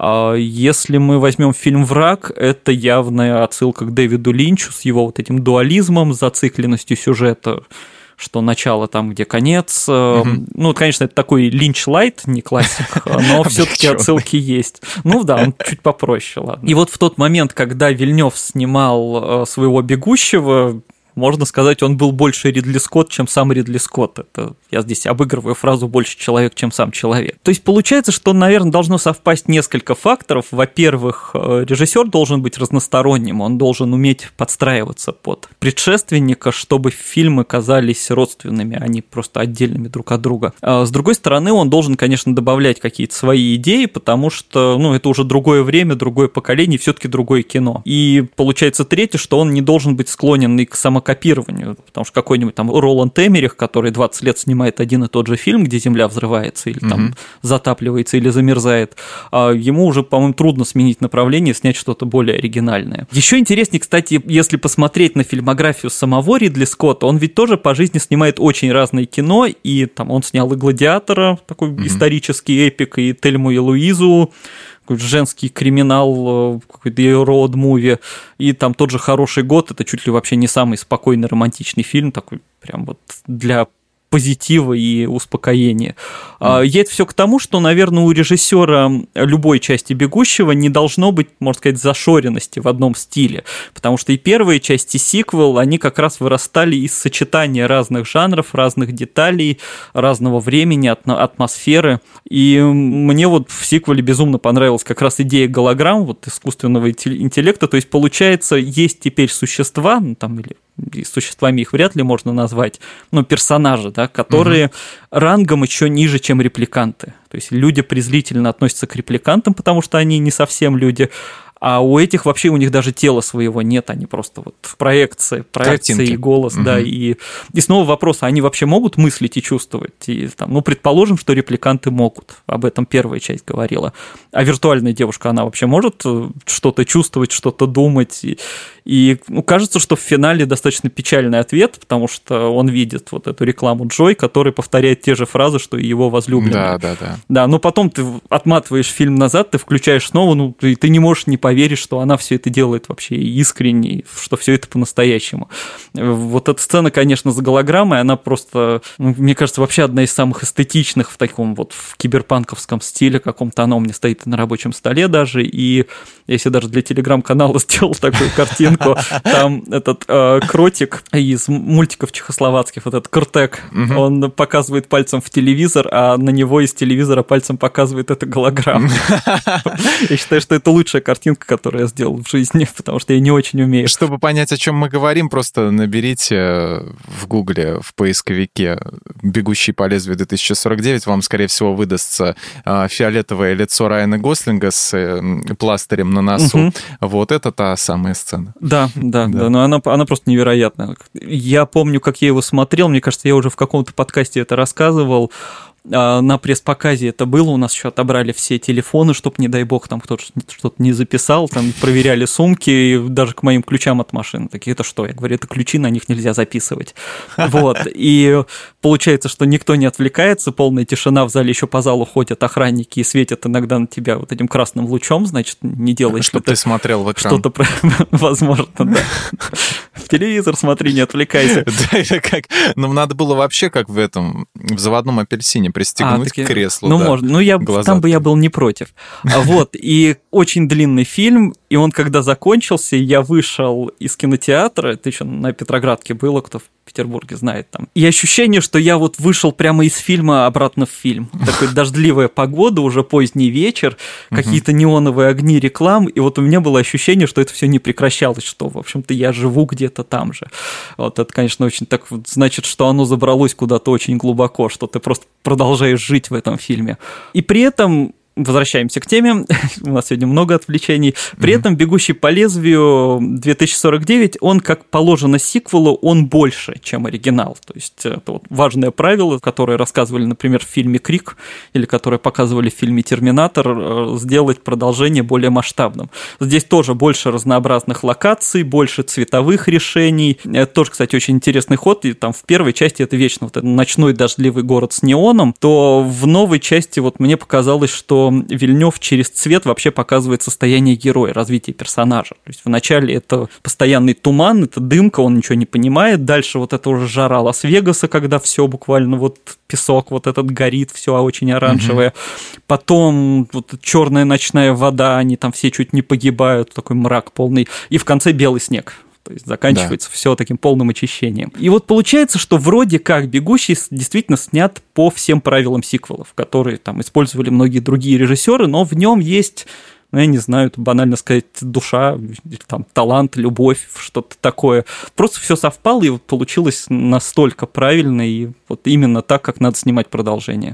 Если мы возьмем фильм «Враг», это явная отсылка к Дэвиду Линчу с его вот этим дуализмом, зацикленностью сюжета, что начало там, где конец. Ну, конечно, это такой Линч-лайт, не классик, но все-таки отсылки есть. Ну да, он чуть попроще, ладно. И вот в тот момент, когда Вильнёв снимал своего «Бегущего», можно сказать, он был больше Ридли Скотт, чем сам Ридли Скотт. Это я здесь обыгрываю фразу «больше человек, чем сам человек». То есть получается, что, наверное, должно совпасть несколько факторов. Во-первых, режиссер должен быть разносторонним, он должен уметь подстраиваться под предшественника, чтобы фильмы казались родственными, а не просто отдельными друг от друга. А с другой стороны, он должен, конечно, добавлять какие-то свои идеи, потому что, это уже другое время, другое поколение, все-таки другое кино. И получается третье, что он не должен быть склонен и к самокопированию, потому что какой-нибудь там Роланд Эммерих, который 20 лет снимает один и тот же фильм, где Земля взрывается или там затапливается или замерзает, ему уже, по-моему, трудно сменить направление, снять что-то более оригинальное. Еще интереснее, кстати, если посмотреть на фильмографию самого Ридли Скотта, он ведь тоже по жизни снимает очень разное кино, и там он снял и «Гладиатора», такой исторический эпик, и «Тельму и Луизу», женский криминал, какой-то роуд-муви, и там тот же «Хороший год», это чуть ли вообще не самый спокойный романтичный фильм, такой прям вот для позитива и успокоения. Я это все к тому, что, наверное, у режиссера любой части «Бегущего» не должно быть, можно сказать, зашоренности в одном стиле, потому что и первые части, сиквел, они как раз вырастали из сочетания разных жанров, разных деталей, разного времени, атмосферы. И мне вот в сиквеле безумно понравилась как раз идея голограмм, вот искусственного интеллекта, то есть, получается, есть теперь существа, или существами их вряд ли можно назвать, персонажи, да, которые рангом еще ниже, чем репликанты. То есть люди презрительно относятся к репликантам, потому что они не совсем люди, а у этих вообще у них даже тела своего нет, они просто вот проекции и голос, да, и снова вопрос, они вообще могут мыслить и чувствовать? И, предположим, что репликанты могут, об этом первая часть говорила, а виртуальная девушка, она вообще может что-то чувствовать, что-то думать, и кажется, что в финале достаточно печальный ответ, потому что он видит вот эту рекламу Джой, которая повторяет те же фразы, что и его возлюбленная. Да, но потом ты отматываешь фильм назад, ты включаешь снова, и ты не можешь не поверить, что она все это делает вообще искренне, что все это по-настоящему. Вот эта сцена, конечно, с голограммой, она просто, мне кажется, вообще одна из самых эстетичных в таком вот в киберпанковском стиле каком-то, она у меня стоит на рабочем столе даже, и я себе даже для телеграм-канала сделал такую картинку. Там этот кротик из мультиков чехословацких, вот этот Куртек, он показывает пальцем в телевизор, а на него из телевизора пальцем показывает эту голограмму. Я считаю, что это лучшая картинка, которую я сделал в жизни, потому что я не очень умею. Чтобы понять, о чем мы говорим, просто наберите в Гугле, в поисковике «Бегущий по лезвию 2049», вам, скорее всего, выдастся фиолетовое лицо Райана Гослинга с пластырем на носу. Вот это та самая сцена. Да, но она просто невероятная. Я помню, как я его смотрел, мне кажется, я уже в каком-то подкасте это рассказывал. На пресс-показе это было, у нас еще отобрали все телефоны, чтобы, не дай бог, там кто-то что-то не записал, там проверяли сумки, и даже к моим ключам от машины. Такие, это что? Я говорю, это ключи, на них нельзя записывать. Вот, и получается, что никто не отвлекается, полная тишина, в зале еще по залу ходят охранники и светят иногда на тебя вот этим красным лучом, значит, не делай чтобы ты смотрел в экран. Что-то, возможно, да. В телевизор смотри, не отвлекайся. Да, это как, надо было вообще как в заводном апельсине пристегнуть к креслу. Можно. Там бы я был не против. Вот, и очень длинный фильм, и он, когда закончился, я вышел из кинотеатра, это еще на Петроградке было, кто в Петербурге знает там. И ощущение, что я вот вышел прямо из фильма обратно в фильм. Такая дождливая погода, уже поздний вечер, какие-то неоновые огни реклам, и вот у меня было ощущение, что это все не прекращалось, что, в общем-то, я живу где-то там же. Вот это, конечно, очень так вот, значит, что оно забралось куда-то очень глубоко, что ты просто продолжаешь жить в этом фильме. И при этом возвращаемся к теме, у нас сегодня много отвлечений. При этом «Бегущий по лезвию 2049», он, как положено сиквелу, он больше, чем оригинал. То есть это вот важное правило, которое рассказывали, например, в фильме «Крик», или которое показывали в фильме «Терминатор», сделать продолжение более масштабным. Здесь тоже больше разнообразных локаций, больше цветовых решений. Это тоже, кстати, очень интересный ход. И там в первой части это вечно вот этот ночной дождливый город с неоном, то в новой части вот мне показалось, что Вильнёв через цвет вообще показывает состояние героя, развитие персонажа. То есть вначале это постоянный туман, это дымка, он ничего не понимает. Дальше вот это уже жара Лас-Вегаса, когда все буквально вот песок вот этот горит, все очень оранжевое. Потом вот черная ночная вода, они там все чуть не погибают, такой мрак полный. И в конце белый снег. То есть заканчивается все таким полным очищением. И вот получается, что вроде как «Бегущий» действительно снят по всем правилам сиквелов, которые там использовали многие другие режиссеры, но в нем есть... я не знаю, это банально сказать, душа, там, талант, любовь, что-то такое. Просто все совпало, и вот получилось настолько правильно, и вот именно так, как надо снимать продолжение.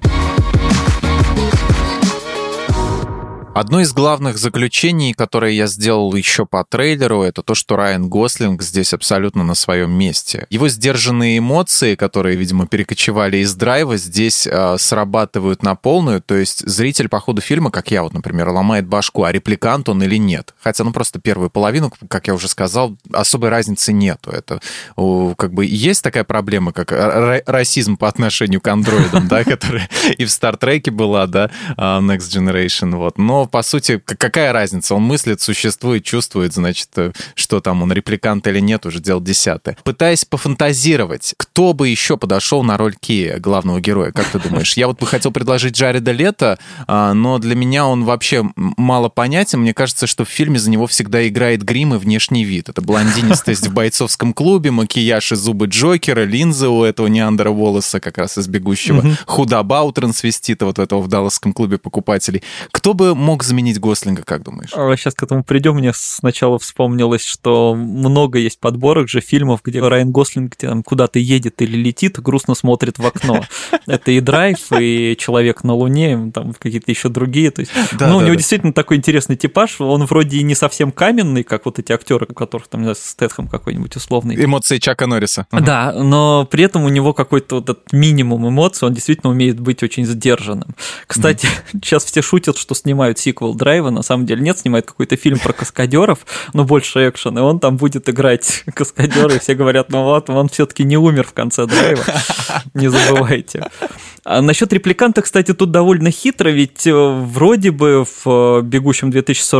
Одно из главных заключений, которое я сделал еще по трейлеру, это то, что Райан Гослинг здесь абсолютно на своем месте. Его сдержанные эмоции, которые, видимо, перекочевали из драйва, здесь срабатывают на полную. То есть зритель по ходу фильма, как я вот, например, ломает башку, а репликант он или нет. Хотя, просто первую половину, как я уже сказал, особой разницы нету. Это как бы есть такая проблема, как расизм по отношению к андроидам, да, которая и в Стартреке была, да, Next Generation, вот. Но по сути, какая разница? Он мыслит, существует, чувствует, значит, что там, он репликант или нет, уже дело десятое. Пытаясь пофантазировать, кто бы еще подошел на роль Кея, главного героя, как ты думаешь? Я вот бы хотел предложить Джареда Лето, но для меня он вообще мало понятен. Мне кажется, что в фильме за него всегда играет грим и внешний вид. Это блондинистость в бойцовском клубе, макияж и зубы Джокера, линзы у этого Неандера Уоллеса, как раз из «Бегущего», худоба у трансвестита, вот этого в далласском клубе покупателей. Кто бы мог заменить Гослинга, как думаешь? Сейчас к этому придем. Мне сначала вспомнилось, что много есть подборок же фильмов, где Райан Гослинг там куда-то едет или летит, грустно смотрит в окно. Это и «Драйв», и «Человек на Луне», там какие-то еще другие. То есть, у него действительно такой интересный типаж. Он вроде и не совсем каменный, как вот эти актеры, у которых там, не знаю, Стэтхэм какой-нибудь условный. Эмоции Чака Норриса. Да, но при этом у него какой-то вот этот минимум эмоций, он действительно умеет быть очень сдержанным. Кстати, сейчас все шутят, что снимают сиквел «Драйва», на самом деле нет, снимает какой-то фильм про каскадеров, но больше экшен, и он там будет играть каскадера, и все говорят, он все-таки не умер в конце «Драйва», не забывайте. А насчет репликанта, кстати, тут довольно хитро, ведь вроде бы в «Бегущем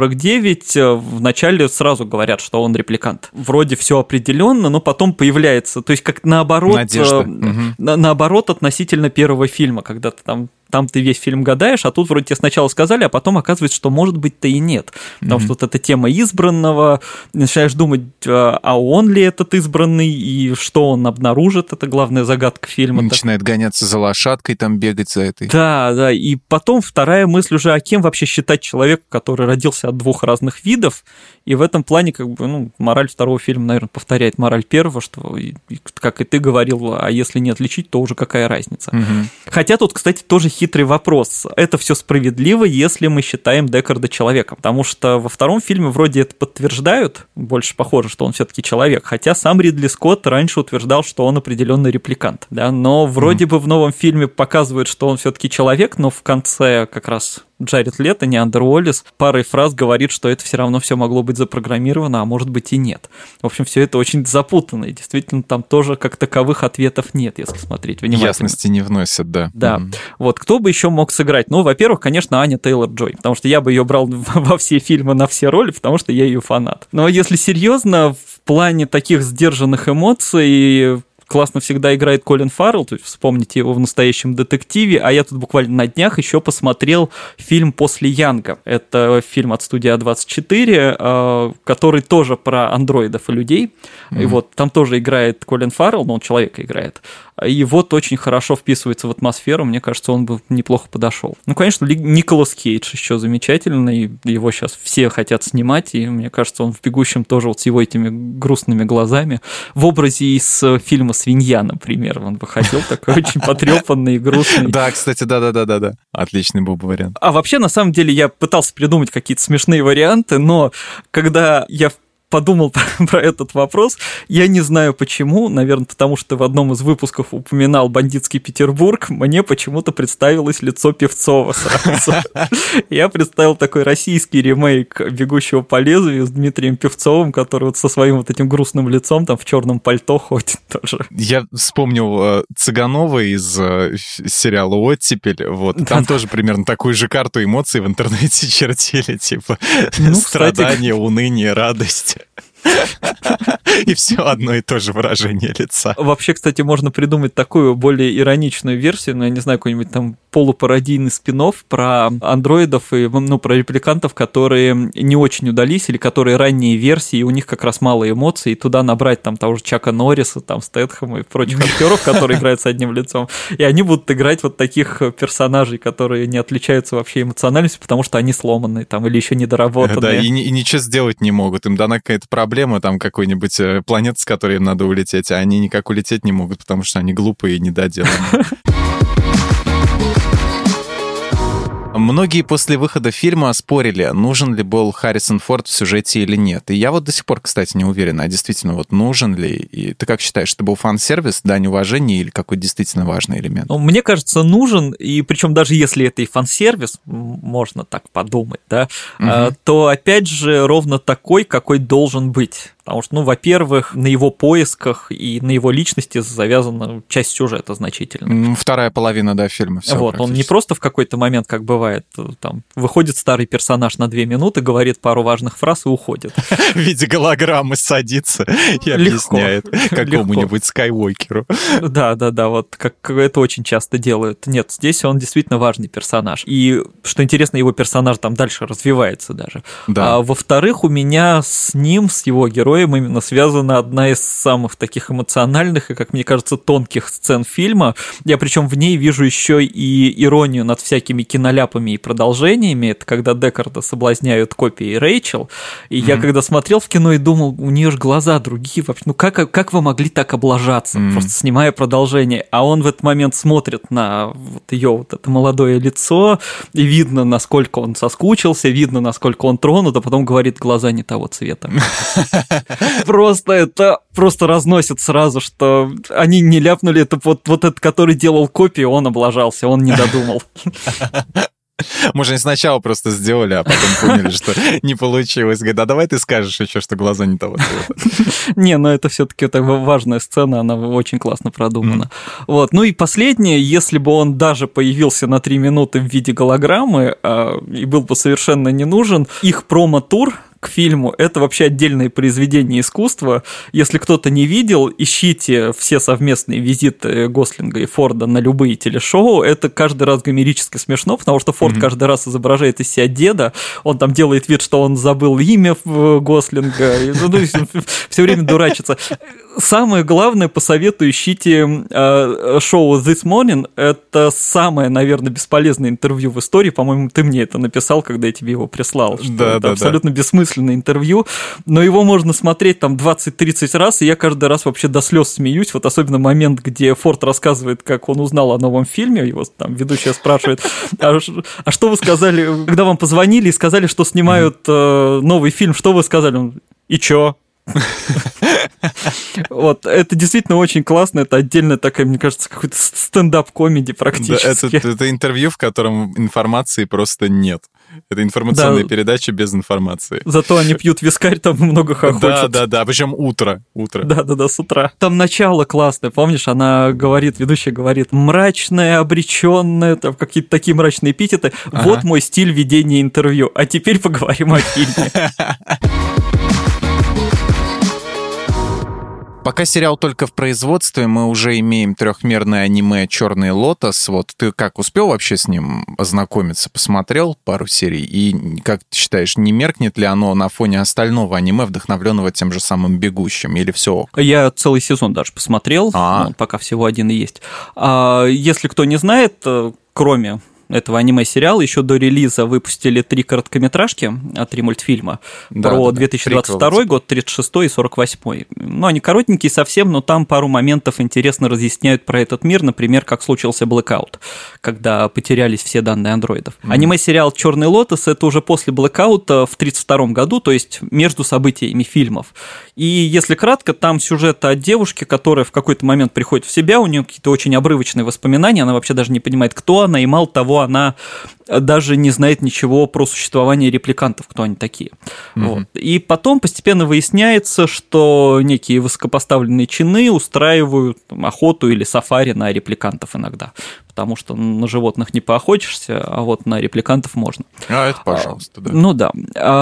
2049» вначале сразу говорят, что он репликант. Вроде все определенно, но потом появляется, то есть как наоборот, наоборот относительно первого фильма, когда ты там ты весь фильм гадаешь, а тут вроде тебе сначала сказали, а потом оказывается, что может быть-то и нет. Потому что вот эта тема избранного, начинаешь думать, а он ли этот избранный, и что он обнаружит, это главная загадка фильма. Начинает гоняться за лошадкой, там бегать за этой. Да, и потом вторая мысль уже, а кем вообще считать человека, который родился от двух разных видов, и в этом плане, как бы, мораль второго фильма, наверное, повторяет мораль первого, что, как и ты говорил, а если не отличить, то уже какая разница. Хотя тут, кстати, тоже хитрый вопрос. Это все справедливо, если мы считаем Деккарда человеком, потому что во втором фильме вроде это подтверждают, больше похоже, что он все-таки человек, хотя сам Ридли Скотт раньше утверждал, что он определенный репликант, да, но вроде бы в новом фильме показывают, что он все-таки человек, но в конце как раз Джаред Лето, Неандер Уоллес, парой фраз говорит, что это все равно все могло быть запрограммировано, а может быть и нет. В общем, все это очень запутанно, и действительно там тоже как таковых ответов нет, если смотреть внимательно. Ясности не вносят, да. Да. Вот, кто бы еще мог сыграть? Во-первых, конечно, Аня Тейлор-Джой, потому что я бы ее брал во все фильмы на все роли, потому что я ее фанат. Но если серьезно, в плане таких сдержанных эмоций классно всегда играет Колин Фаррелл, то есть вспомните его в «Настоящем детективе», а я тут буквально на днях еще посмотрел фильм «После Янга». Это фильм от студии А24, который тоже про андроидов и людей. И вот там тоже играет Колин Фаррелл, но он человека играет. И вот очень хорошо вписывается в атмосферу, мне кажется, он бы неплохо подошел. Конечно, Николас Кейдж еще замечательный, его сейчас все хотят снимать, и мне кажется, он в «Бегущем» тоже вот с его этими грустными глазами, в образе из фильма «Свинья», например, он бы хотел такой очень потрепанный и грустный. Да, кстати, да. Отличный был бы вариант. А вообще, на самом деле, я пытался придумать какие-то смешные варианты, но когда я подумал про этот вопрос, я не знаю почему, наверное, потому что в одном из выпусков упоминал «Бандитский Петербург», мне почему-то представилось лицо Певцова сразу. Я представил такой российский ремейк «Бегущего по лезвию» с Дмитрием Певцовым, который вот со своим вот этим грустным лицом там в черном пальто ходит тоже. Я вспомнил Цыганова из сериала «Оттепель», вот, там тоже примерно такую же карту эмоций в интернете чертили, типа страдания, уныние, радость. и все одно и то же выражение лица. Вообще, кстати, можно придумать такую более ироничную версию, я не знаю, какой-нибудь там полупародийный спин-офф про андроидов и, про репликантов, которые не очень удались, или которые ранние версии, и у них как раз мало эмоций, и туда набрать там того же Чака Норриса, там Стэтхэма и прочих актеров, которые играют с одним лицом, и они будут играть вот таких персонажей, которые не отличаются вообще эмоциональностью, потому что они сломанные там или еще недоработанные. Да, и ничего сделать не могут. Им дана какая-то проблема, там какой-нибудь планеты, с которой им надо улететь, а они никак улететь не могут, потому что они глупые и недоделанные. Многие после выхода фильма спорили, нужен ли был Харрисон Форд в сюжете или нет. И я вот до сих пор, кстати, не уверен, а действительно вот нужен ли. И ты как считаешь, это был фан-сервис, дань уважения или какой действительно важный элемент? Ну, мне кажется, нужен, и причем даже если это и фан-сервис, можно так подумать, да, то опять же ровно такой, какой должен быть. Потому что, во-первых, на его поисках и на его личности завязана часть сюжета значительно. Вторая половина, да, фильма. Вот, он не просто в какой-то момент, как бывает, там, выходит старый персонаж на 2 минуты, говорит пару важных фраз и уходит. В виде голограммы садится и объясняет какому-нибудь Скайуокеру. Да, вот как это очень часто делают. Нет, здесь он действительно важный персонаж. И, что интересно, его персонаж там дальше развивается даже. Да. А во-вторых, у меня с ним, с его героем, именно связана одна из самых таких эмоциональных и, как мне кажется, тонких сцен фильма. Я причем в ней вижу еще и иронию над всякими киноляпами и продолжениями. Это когда Деккарда соблазняют копии Рэйчел. И я когда смотрел в кино и думал, у нее же глаза другие вообще. Как вы могли так облажаться, просто снимая продолжение? А он в этот момент смотрит на вот ее вот это молодое лицо, и видно, насколько он соскучился, видно, насколько он тронут, а потом говорит, глаза не того цвета. Это разносит сразу, что они не ляпнули, это вот этот, который делал копию, он облажался, он не додумал. Может, они сначала просто сделали, а потом поняли, что не получилось. Говорит, а давай ты скажешь еще, что глаза не того цвета. Не, это все-таки важная сцена, она очень классно продумана. Вот. И последнее, если бы он даже появился на 3 минуты в виде голограммы и был бы совершенно не нужен, их промо-тур к фильму — это вообще отдельное произведение искусства. Если кто-то не видел, ищите все совместные визиты Гослинга и Форда на любые телешоу. Это каждый раз гомерически смешно, потому что Форд каждый раз изображает из себя деда, он там делает вид, что он забыл имя Гослинга, и все время дурачится. Самое главное, посоветую, ищите шоу This Morning. Это самое, наверное, бесполезное интервью в истории. По-моему, ты мне это написал, когда я тебе его прислал. Это абсолютно бессмысленное интервью, но его можно смотреть там 20-30 раз, и я каждый раз вообще до слез смеюсь. Вот особенно момент, где Форд рассказывает, как он узнал о новом фильме, его там ведущая спрашивает, а что вы сказали, когда вам позвонили и сказали, что снимают новый фильм, что вы сказали? И чё? Вот, это действительно очень классно, это отдельная такая, мне кажется, какой-то стендап-комеди практически. Да, это интервью, в котором информации просто нет. Это информационная передача без информации. Зато они пьют вискарь, там много хохочут. Да, причем утро. Да, с утра. Там начало классное, помнишь, она говорит, ведущая говорит, мрачное, обреченное, там какие-то такие мрачные эпитеты. Вот мой стиль ведения интервью. А теперь поговорим о фильме. Пока сериал только в производстве, мы уже имеем трехмерное аниме «Черный лотос». Вот ты как, успел вообще с ним ознакомиться? Посмотрел пару серий? И как ты считаешь, не меркнет ли оно на фоне остального аниме, вдохновленного тем же самым «Бегущим», или все ок? Я целый сезон даже посмотрел, пока всего один и есть. Если кто не знает, кроме этого аниме-сериала еще до релиза выпустили 3 короткометражки, 3 мультфильма про 2022 год, 36-й и 48-й. Они коротенькие совсем, но там пару моментов интересно разъясняют про этот мир, например, как случился блэкаут, когда потерялись все данные андроидов. Аниме-сериал «Черный лотос» — это уже после блэкаута в 1932 году, то есть между событиями фильмов. И если кратко, там сюжет о девушке, которая в какой-то момент приходит в себя, у нее какие-то очень обрывочные воспоминания, она вообще даже не понимает, кто она, и мало того, она даже не знает ничего про существование репликантов, кто они такие. Вот. И потом постепенно выясняется, что некие высокопоставленные чины устраивают охоту или сафари на репликантов иногда, потому что на животных не поохотишься, а вот на репликантов можно. Это пожалуйста, да. Да.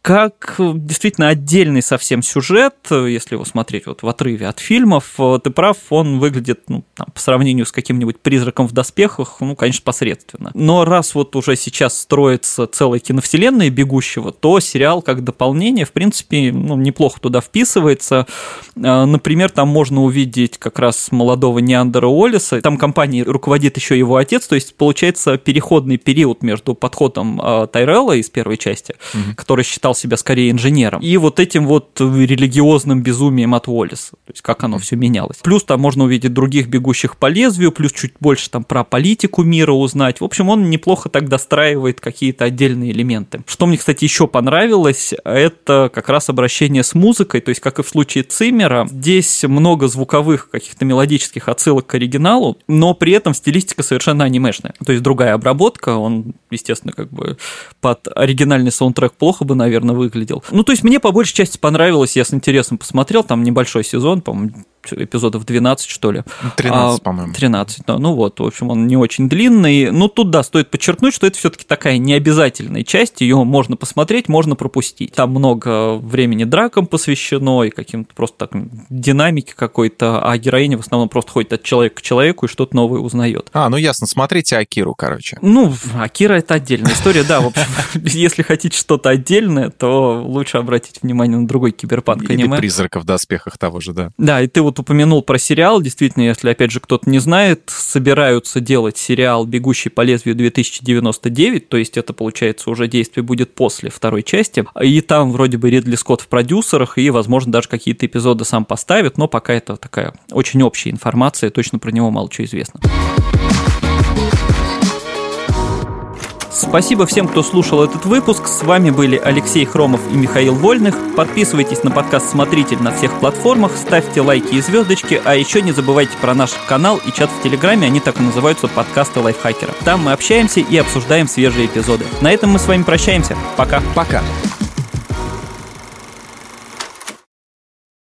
как действительно отдельный совсем сюжет, если его смотреть вот в отрыве от фильмов, ты прав, он выглядит, ну, там, по сравнению с каким-нибудь «Призраком в доспехах», ну, конечно, посредственно. Но раз вот уже сейчас строится целая киновселенная «Бегущего», то сериал как дополнение, в принципе, ну, неплохо туда вписывается. Например, там можно увидеть как раз молодого Неандера Уоллеса, там компанией руководит еще его отец, то есть получается переходный период между подходом Тайрелла из первой части, который считал себя скорее инженером, и вот этим вот религиозным безумием от Уоллеса, то есть как оно все менялось. Плюс там можно увидеть других бегущих по лезвию, плюс чуть больше там про политику мира узнать. В общем, он неплохо так достраивает какие-то отдельные элементы. Что мне, кстати, еще понравилось, это как раз обращение с музыкой, то есть как и в случае Циммера, здесь много звуковых каких-то мелодических отсылок к оригиналу, но при этом стилистика совершенно анимешная, то есть другая обработка, он, естественно, как бы под оригинальный саундтрек плохо бы, наверное, выглядел. Ну, то есть мне по большей части понравилось, я с интересом посмотрел, там небольшой сезон, по-моему, эпизодов 12, что ли. 13, по-моему. 13, да, ну вот, в общем, он не очень длинный. Но тут, да, стоит подчеркнуть, что это все-таки такая необязательная часть, ее можно посмотреть, можно пропустить. Там много времени дракам посвящено и каким-то просто так динамике какой-то, а героиня в основном просто ходит от человека к человеку и что-то новое узнает. Ну ясно, смотрите Акиру, короче. Ну, Акира — это отдельная история, да, в общем, если хотите что-то отдельное, то лучше обратить внимание на другой киберпанк-аниме. Или «Призрака в доспехах» того же, да. Да, и ты вот упомянул про сериал, действительно, если, опять же, кто-то не знает, собираются делать сериал «Бегущий по лезвию 2099», то есть это, получается, уже действие будет после второй части, и там вроде бы Ридли Скотт в продюсерах, и, возможно, даже какие-то эпизоды сам поставит, но пока это такая очень общая информация, точно про него мало чего известно. Спасибо всем, кто слушал этот выпуск. С вами были Алексей Хромов и Михаил Вольных. Подписывайтесь на подкаст «Смотритель» на всех платформах, ставьте лайки и звездочки, а еще не забывайте про наш канал и чат в Телеграме, они так и называются «Подкасты лайфхакера». Там мы общаемся и обсуждаем свежие эпизоды. На этом мы с вами прощаемся. Пока. Пока.